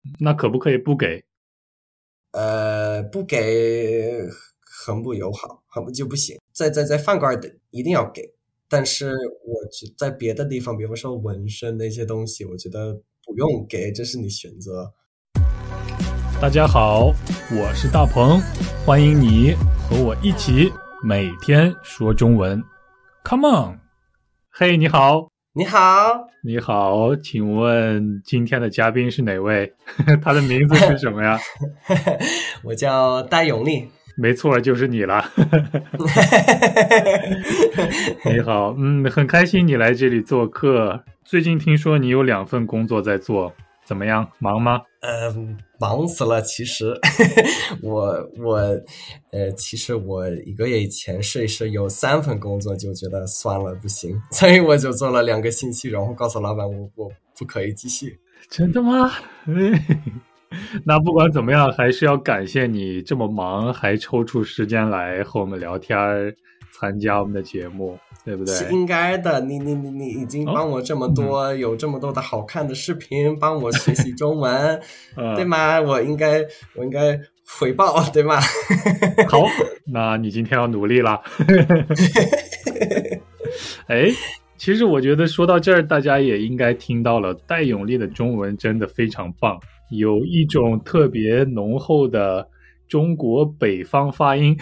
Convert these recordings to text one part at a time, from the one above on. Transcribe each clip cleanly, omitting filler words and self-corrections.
那可不可以不给？ 不给很不友好，很就不行。在饭馆的一定要给，但是我在别的地方，比如说纹身那些东西，我觉得不用给，这是你选择。 大家好，我是大鹏，欢迎你和我一起每天说中文。Come on， 嘿，你好。 你好， 你好，请问今天的嘉宾是哪位？他的名字是什么呀？ 我叫戴永利。 没错，就是你了。你好，很开心你来这里做客。最近听说你有2份工作在做，怎么样？忙吗？ 忙死了。其实其实我1个月以前试一试有3份工作，就觉得算了不行，所以我就做了2个星期，然后告诉老板我不可以继续。 真的吗？那不管怎么样，还是要感谢你这么忙还抽出时间来和我们聊天，参加我们的节目，对不对？ 是应该的。你已经帮我这么多，有这么多的好看的视频，帮我学习中文，对吗？我应该回报，对吗？ 好，那你今天要努力了。哎，其实我觉得说到这儿，大家也应该听到了，戴永利的中文真的非常棒，有一种特别浓厚的中国北方发音。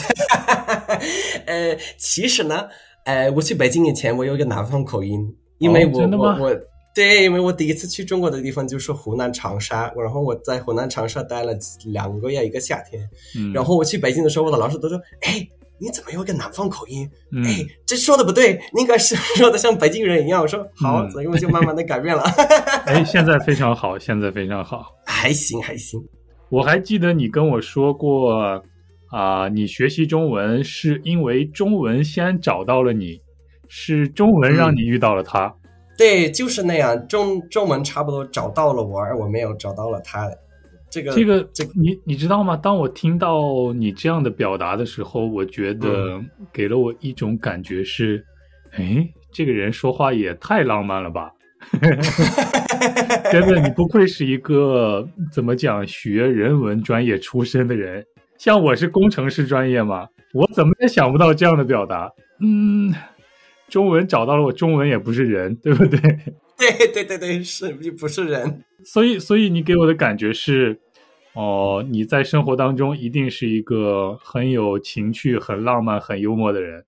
其实呢，我去北京以前，我有一个南方口音，因为真的吗？ 对，因为我第一次去中国的地方就是湖南长沙，然后我在湖南长沙待了2个月，1个夏天。然后我去北京的时候，我的老师都说：“哎，你怎么有个南方口音？哎，这说的不对，你应该是说的像北京人一样。”我说好，所以我就慢慢的改变了。 哎，现在非常好，现在非常好， 还行。 我还记得你跟我说过你学习中文是因为中文先找到了你，是中文让你遇到了他。 对，就是那样，中文差不多找到了我，而我没有找到了他。这个你知道吗？当我听到你这样的表达的时候，我觉得给了我一种感觉是，这个人说话也太浪漫了吧。真的，你不愧是一个怎么讲学人文专业出身的人，像我是工程师专业嘛，我怎么也想不到这样的表达。中文找到了我，中文也不是人，对不对？ 对，是不是人？ 所以你给我的感觉是，你在生活当中一定是一个很有情趣、很浪漫、很幽默的人。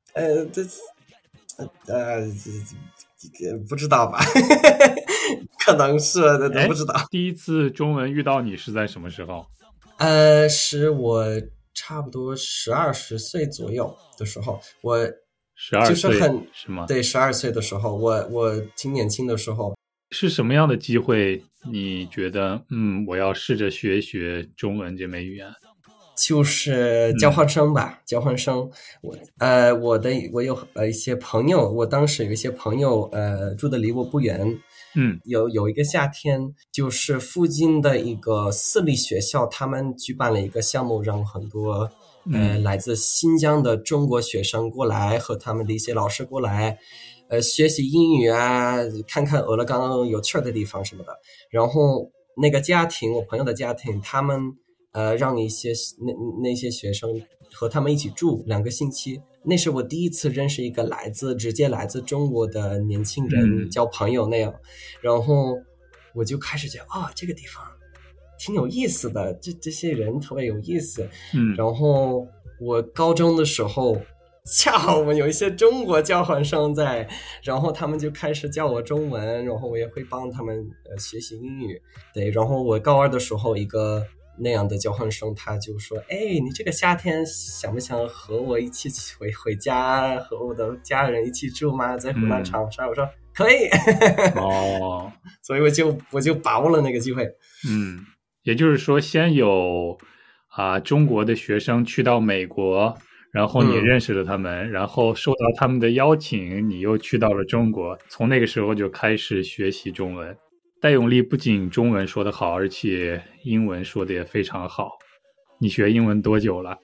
不知道吧？可能是的，都不知道。 第一次中文遇到你是在什么时候？ 是我差不多12岁左右的时候，我 12岁是吗？对，12岁的时候，我挺年轻的时候。 是什么样的机会你觉得我要试着学一学中文这门语言？ 就是交换生吧，交换生。我有一些朋友，我当时有一些朋友住的离我不远。有一个夏天，就是附近的一个私立学校，他们举办了一个项目，让很多来自新疆的中国学生过来，和他们的一些老师过来学习英语啊，看看俄勒冈有趣的地方什么的。然后那个家庭，我朋友的家庭，他们让一些那些学生和他们一起住2个星期。那是我第一次认识一个直接来自中国的年轻人，交朋友那样。然后我就开始觉得这个地方挺有意思的，这些人特别有意思。然后我高中的时候恰好我们有一些中国交换生在，然后他们就开始教我中文，然后我也会帮他们学习英语。对，然后我高2的时候，一个那样的交换生他就说：“你这个夏天想不想和我一起回家，和我的家人一起住吗？在湖南长沙。”我说可以。所以我就把握了那个机会。 也就是说，先有中国的学生去到美国，然后你认识了他们，然后受到他们的邀请，你又去到了中国，从那个时候就开始学习中文。戴永利不仅中文说得好，而且英文说得也非常好。你学英文多久了？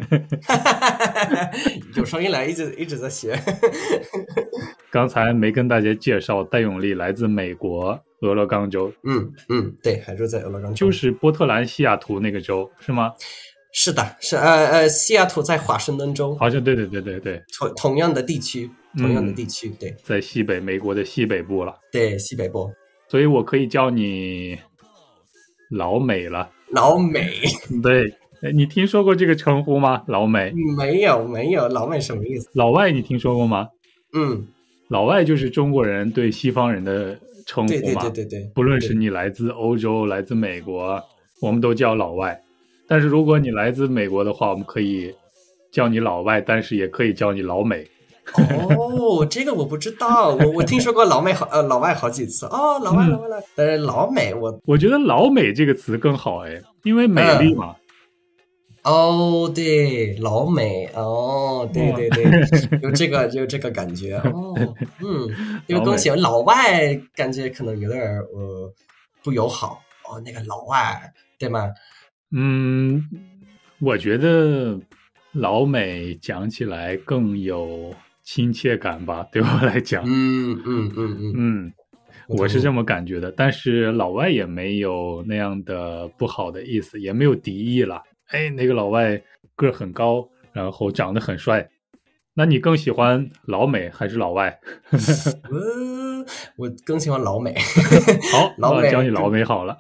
有生以来一直在学。 刚才没跟大家介绍，戴永利来自美国， 俄勒冈州。 对，还住在俄勒冈州， 就是波特兰西雅图那个州是吗？ 是的，是西雅图在华盛顿州， 好像对， 同样的地区，对， 在西北，美国的西北部了， 对，西北部， 所以我可以叫你老美了。 老美， 对，你听说过这个称呼吗？老美？ 没有，老美什么意思？ 老外你听说过吗？老外就是中国人对西方人的称呼嘛， 对， 不论是你来自欧洲，来自美国，我们都叫老外。但是如果你来自美国的话，我们可以叫你老外，但是也可以叫你老美。 哦，这个我不知道，我听说过老外好几次哦，老外，但是老美我觉得老美这个词更好哎，因为美丽嘛。 哦，对，老美，哦，对，有这个感觉，哦，因为恭喜老外，感觉可能有点不友好哦，那个老外，对吗？ 我觉得老美讲起来更有亲切感吧，对我来讲。我是这么感觉的，但是老外也没有那样的不好的意思，也没有敌意了。哎，那个老外个儿很高，然后长得很帅。那你更喜欢老美还是老外？ 我更喜欢老美。 好， 老美教你老美好了。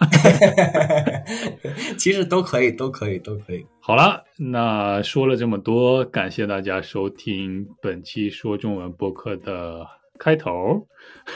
其实都可以。 好了，那说了这么多，感谢大家收听本期说中文播客的开头。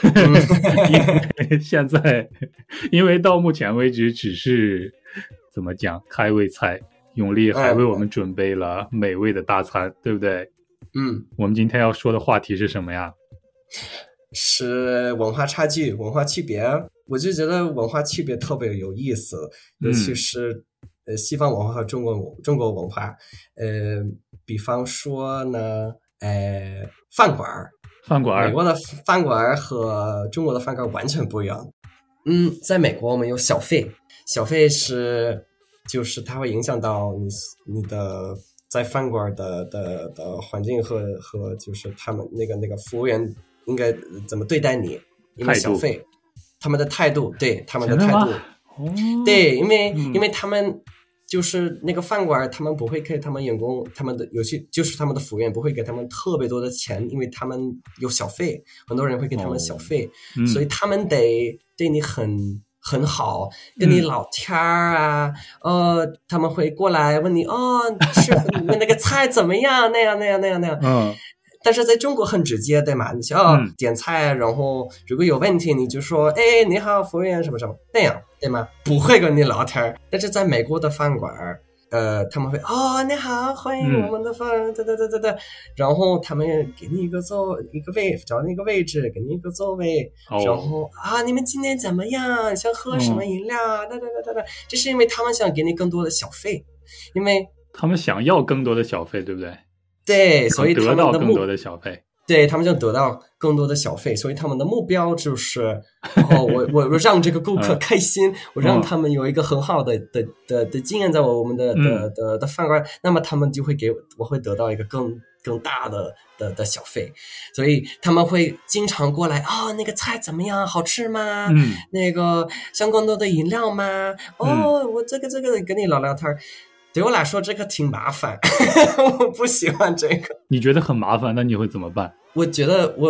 因为到目前为止只是怎么讲开胃菜，永利还为我们准备了美味的大餐，对不对？我们今天要说的话题是什么呀？ 是文化差距、文化区别。我就觉得文化区别特别有意思，尤其是西方文化和中国文化。比方说呢，饭馆，美国的饭馆和中国的饭馆完全不一样。在美国我们有小费，小费就是它会影响到你的在饭馆的环境和就是他们那个服务员应该怎么对待你，因为小费，他们的态度，对他们的态度，对，因为他们就是那个饭馆，他们不会给他们员工，他们的尤其就是他们的服务员不会给他们特别多的钱，因为他们有小费，很多人会给他们小费，所以他们得对你很好，跟你聊天啊，他们会过来问你，师傅你们那个菜怎么样？那样。但是在中国很直接，对吗？你想点菜，然后如果有问题，你就说，哎，你好，服务员什么什么，那样，对吗？不会跟你聊天。但是在美国的饭馆，他们会，你好，欢迎我们的饭，对，然后他们给你一个位，找你一个位置，给你一个座位，然后你们今天怎么样？想喝什么饮料？对，这是因为他们想给你更多的小费，因为他们想要更多的小费，对不对？ 对，所以他们得到更多的小费。 对，他们就得到更多的小费，所以他们的目标就是我让这个顾客开心，我让他们有一个很好的经验在我们的饭馆，那么他们就会我会得到一个更大的小费，所以他们会经常过来那个菜怎么样，好吃吗？那个像更多的饮料吗？我这个跟你聊聊天。对我来说这个挺麻烦我不喜欢这个。 你觉得很麻烦，那你会怎么办？ 我觉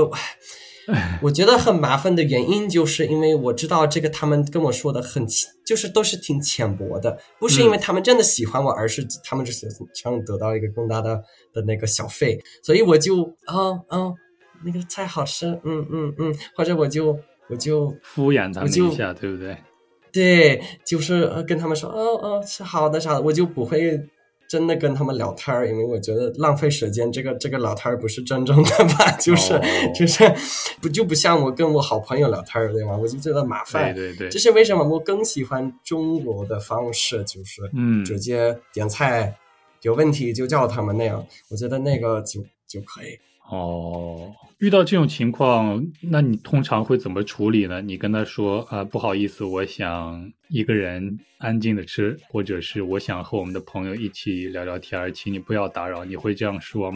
得很麻烦的原因就是因为我知道这个他们跟我说的就是都是挺浅薄的，不是因为他们真的喜欢我，而是他们只是想得到一个更大的那个小费，所以我就那个菜好吃，或者我就敷衍他们一下，对不对？ 对，就是跟他们说是好的，我就不会真的跟他们聊天，因为我觉得浪费时间，这个聊天不是真正的吧，就是不像我跟我好朋友聊天，对吗？我就觉得麻烦。 对， 这是为什么我更喜欢中国的方式，就是直接点菜，有问题就叫他们那样，我觉得那个就可以。 遇到这种情况，那你通常会怎么处理呢？你跟他说不好意思，我想一个人安静的吃，或者是我想和我们的朋友一起聊聊天，请你不要打扰，你会这样说吗？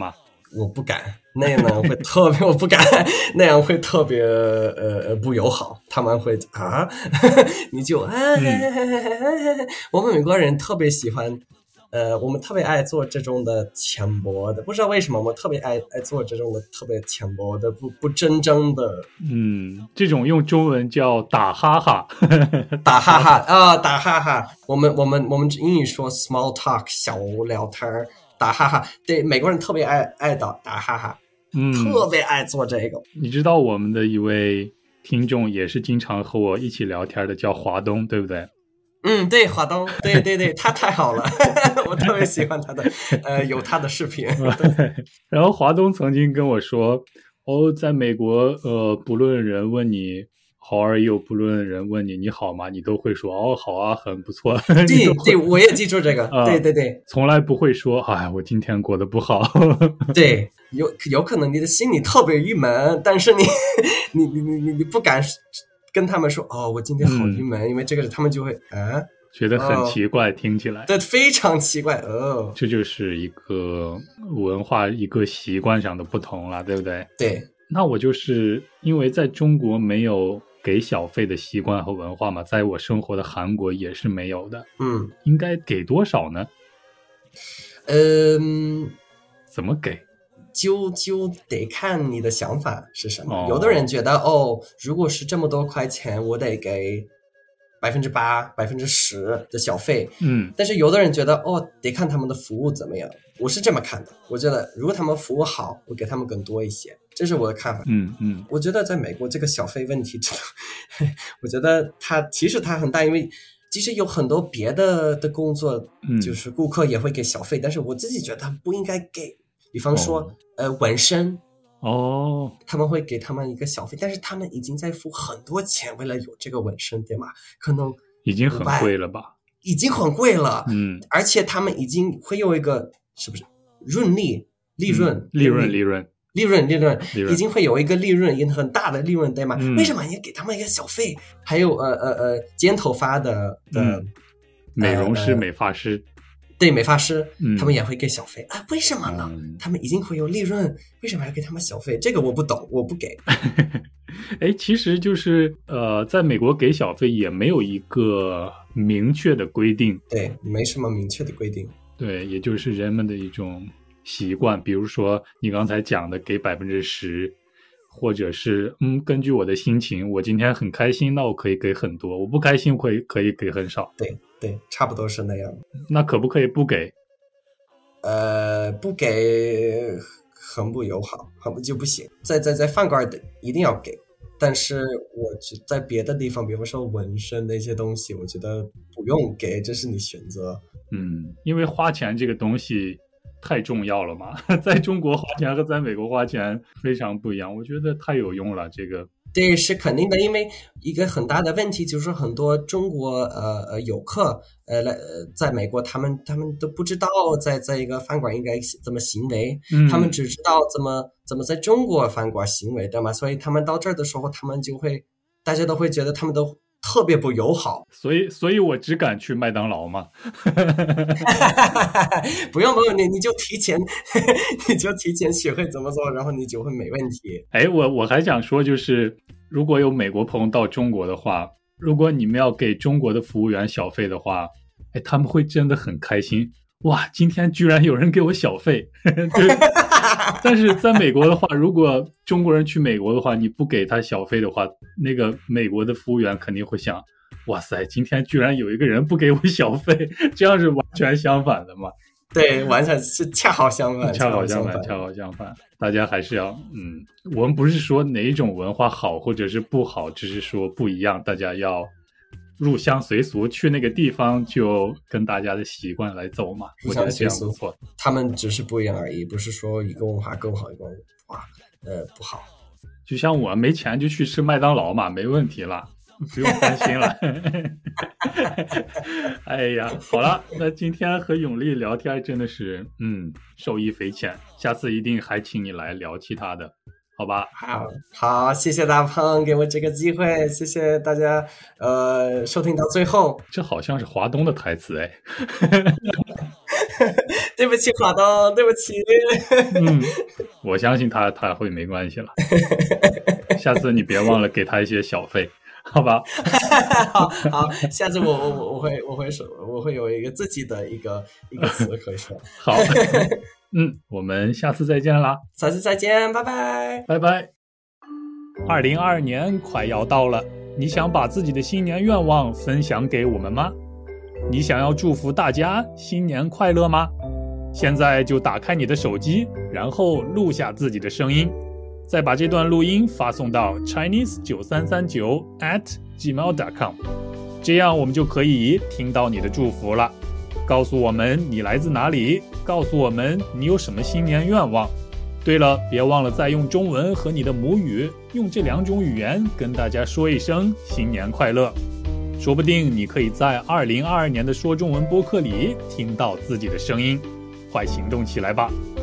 我不敢，那样呢会特别我不敢，那样会特别不友好，他们会啊，你就我们美国人特别喜欢。我们特别爱做这种的浅薄的，不知道为什么我们特别爱做这种的特别浅薄的，不真正的。 这种用中文叫打哈哈， 打哈哈啊，打哈哈。我们英语说 small talk 小聊天，打哈哈。对，美国人特别爱打哈哈，特别爱做这个。 你知道我们的一位听众也是经常和我一起聊天的，叫华东，对不对？ 对，华东，对，他太好了，我特别喜欢他的，有他的视频。 然后华东曾经跟我说，在美国，不论人问你 How are you， 不论人问你好吗，你都会说好啊，很不错。 对，我也记住这个，对， 从来不会说，我今天过得不好。 对，有可能你的心里特别郁闷，但是你不敢。跟他们说我今天好郁闷，因为这个他们就会觉得很奇怪，听起来对，非常奇怪这就是一个文化一个习惯上的不同了，对不对？ 对， 那我就是因为在中国没有给小费的习惯和文化嘛，在我生活的韩国也是没有的。应该给多少呢？怎么给？ 就得看你的想法是什么。有的人觉得如果是这么多块钱，我得给8%、10%的小费。但是有的人觉得得看他们的服务怎么样。我是这么看的，我觉得如果他们服务好，我给他们更多一些，这是我的看法。我觉得在美国这个小费问题我觉得其实它很大，因为其实有很多别的工作，就是顾客也会给小费，但是我自己觉得不应该给。比方说纹身他们会给他们一个小费，但是他们已经在付很多钱为了有这个纹身，对吗？可能已经很贵了吧？ 已经很贵了，而且他们已经会有一个是不是利润已经会有一个利润，也很大的利润，对吗？为什么你给他们一个小费？还有剪头发的美容师、美发师。 对，美发师他们也会给小费为什么呢？他们已经会有利润，为什么要给他们小费？这个我不懂，我不给。 其实就是在美国给小费也没有一个明确的规定。 对，没什么明确的规定。 对，也就是人们的一种习惯，比如说你刚才讲的给10%，或者是根据我的心情，我今天很开心，那我可以给很多，我不开心可以给很少。 对，差不多是那样。 那可不可以不给？ 不给很不友好，很就不行。在饭馆的一定要给，但是我在别的地方，比如说纹身那些东西，我觉得不用给，这是你选择。 因为花钱这个东西太重要了嘛，在中国花钱和在美国花钱非常不一样，我觉得太有用了这个。 对，是肯定的，因为一个很大的问题就是很多中国游客在美国，他们都不知道在一个饭馆应该怎么行为，他们只知道怎么在中国饭馆行为，对吗？所以他们到这儿的时候，大家都会觉得他们都特别不友好。 所以我只敢去麦当劳嘛。 不用，你就提前学会怎么做，然后你就会没问题。 我还想说，就是如果有美国朋友到中国的话，如果你们要给中国的服务员小费的话，他们会真的很开心。哇，今天居然有人给我小费。但是在美国的话，如果中国人去美国的话，你不给他小费的话，那个美国的服务员肯定会想，哇塞，今天居然有一个人不给我小费，这样是完全相反的嘛？ 对，完全是恰好相反。 大家还是要我们不是说哪一种文化好或者是不好，只是说不一样，大家要入乡随俗，去那个地方就跟大家的习惯来走嘛。我觉得这样不错。 他们只是不一样而已，不是说一个文化更好，一个文化不好。 就像我没钱就去吃麦当劳嘛，没问题了，不用担心了。哎呀，好了，那今天和永利聊天真的是受益匪浅，下次一定还请你来聊其他的。好吧， 好，谢谢大鹏给我这个机会，谢谢大家收听到最后。 这好像是华东的台词对不起，华东，对不起。 我相信他会没关系了。下次你别忘了给他一些小费，好吧？ 好，下次我会说，我会有一个自己的一个词可以说。 好，我们下次再见啦！ 下次再见，拜拜， 拜拜。2022年快要到了，你想把自己的新年愿望分享给我们吗？你想要祝福大家新年快乐吗？现在就打开你的手机，然后录下自己的声音，再把这段录音发送到 chinese9339@gmail.com， 这样我们就可以听到你的祝福了。告诉我们你来自哪里，告诉我们你有什么新年愿望。对了，别忘了再用中文和你的母语，用这2种语言跟大家说一声新年快乐。说不定你可以在2022年的说中文播客里听到自己的声音，快行动起来吧。